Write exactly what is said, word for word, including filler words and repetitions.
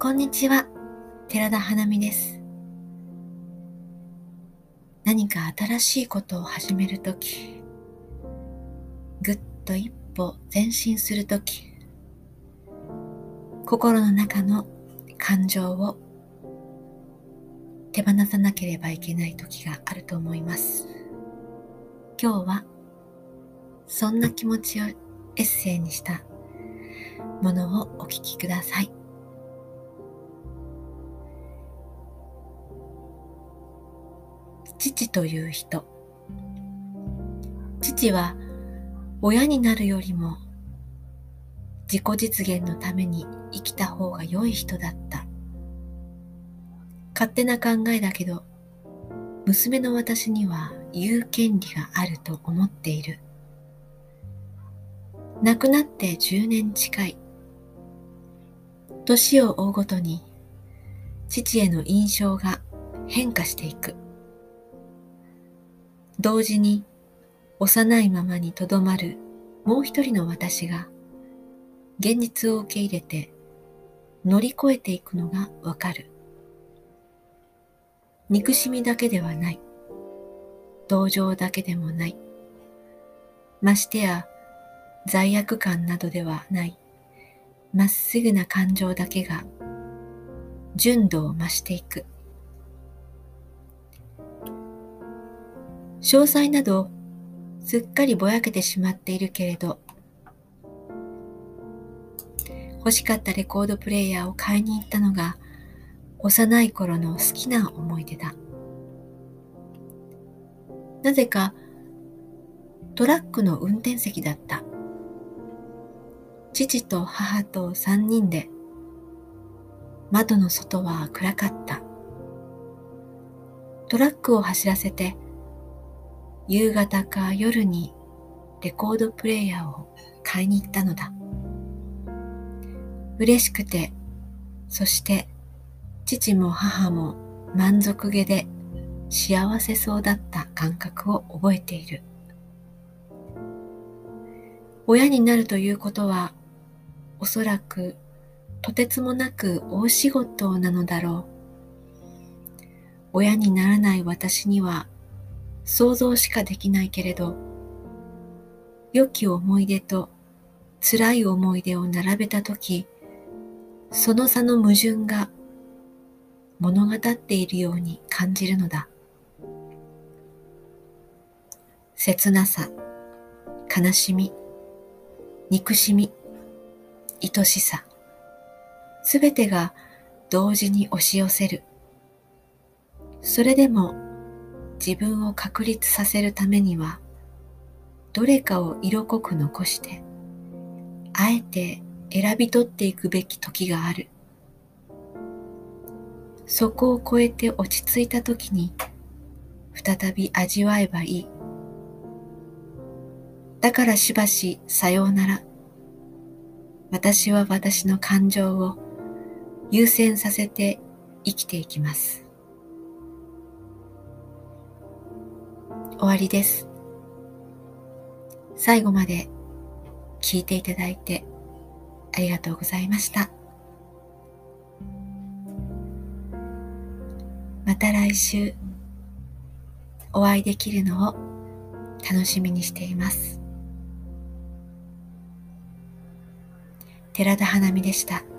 こんにちは、寺田花美です。何か新しいことを始めるとき、ぐっと一歩前進するとき、心の中の感情を手放さなければいけないときがあると思います。今日はそんな気持ちをエッセイにしたものをお聞きください。父という人。父は親になるよりも自己実現のために生きた方が良い人だった。勝手な考えだけど、娘の私には言う権利があると思っている。亡くなってじゅうねん近い。年を追うごとに父への印象が変化していく。同時に幼いままにとどまるもう一人の私が現実を受け入れて乗り越えていくのがわかる。憎しみだけではない。同情だけでもない。ましてや罪悪感などではない。まっすぐな感情だけが純度を増していく。詳細などすっかりぼやけてしまっているけれど、欲しかったレコードプレイヤーを買いに行ったのが幼い頃の好きな思い出だ。なぜかトラックの運転席だった。父と母と三人で、窓の外は暗かった。トラックを走らせて、夕方か夜にレコードプレイヤーを買いに行ったのだ。嬉しくて、そして父も母も満足げで幸せそうだった感覚を覚えている。親になるということは、おそらくとてつもなく大仕事なのだろう。親にならない私には想像しかできないけれど、良き思い出と辛い思い出を並べたとき、その差の矛盾が物語っているように感じるのだ。切なさ、悲しみ、憎しみ、愛しさ、すべてが同時に押し寄せる。それでも自分を確立させるためには、どれかを色濃く残して、あえて選び取っていくべき時がある。そこを越えて落ち着いた時に、再び味わえばいい。だからしばしさようなら。私は私の感情を優先させて生きていきます。終わりです。最後まで聞いていただいてありがとうございました。また来週お会いできるのを楽しみにしています。寺田花美でした。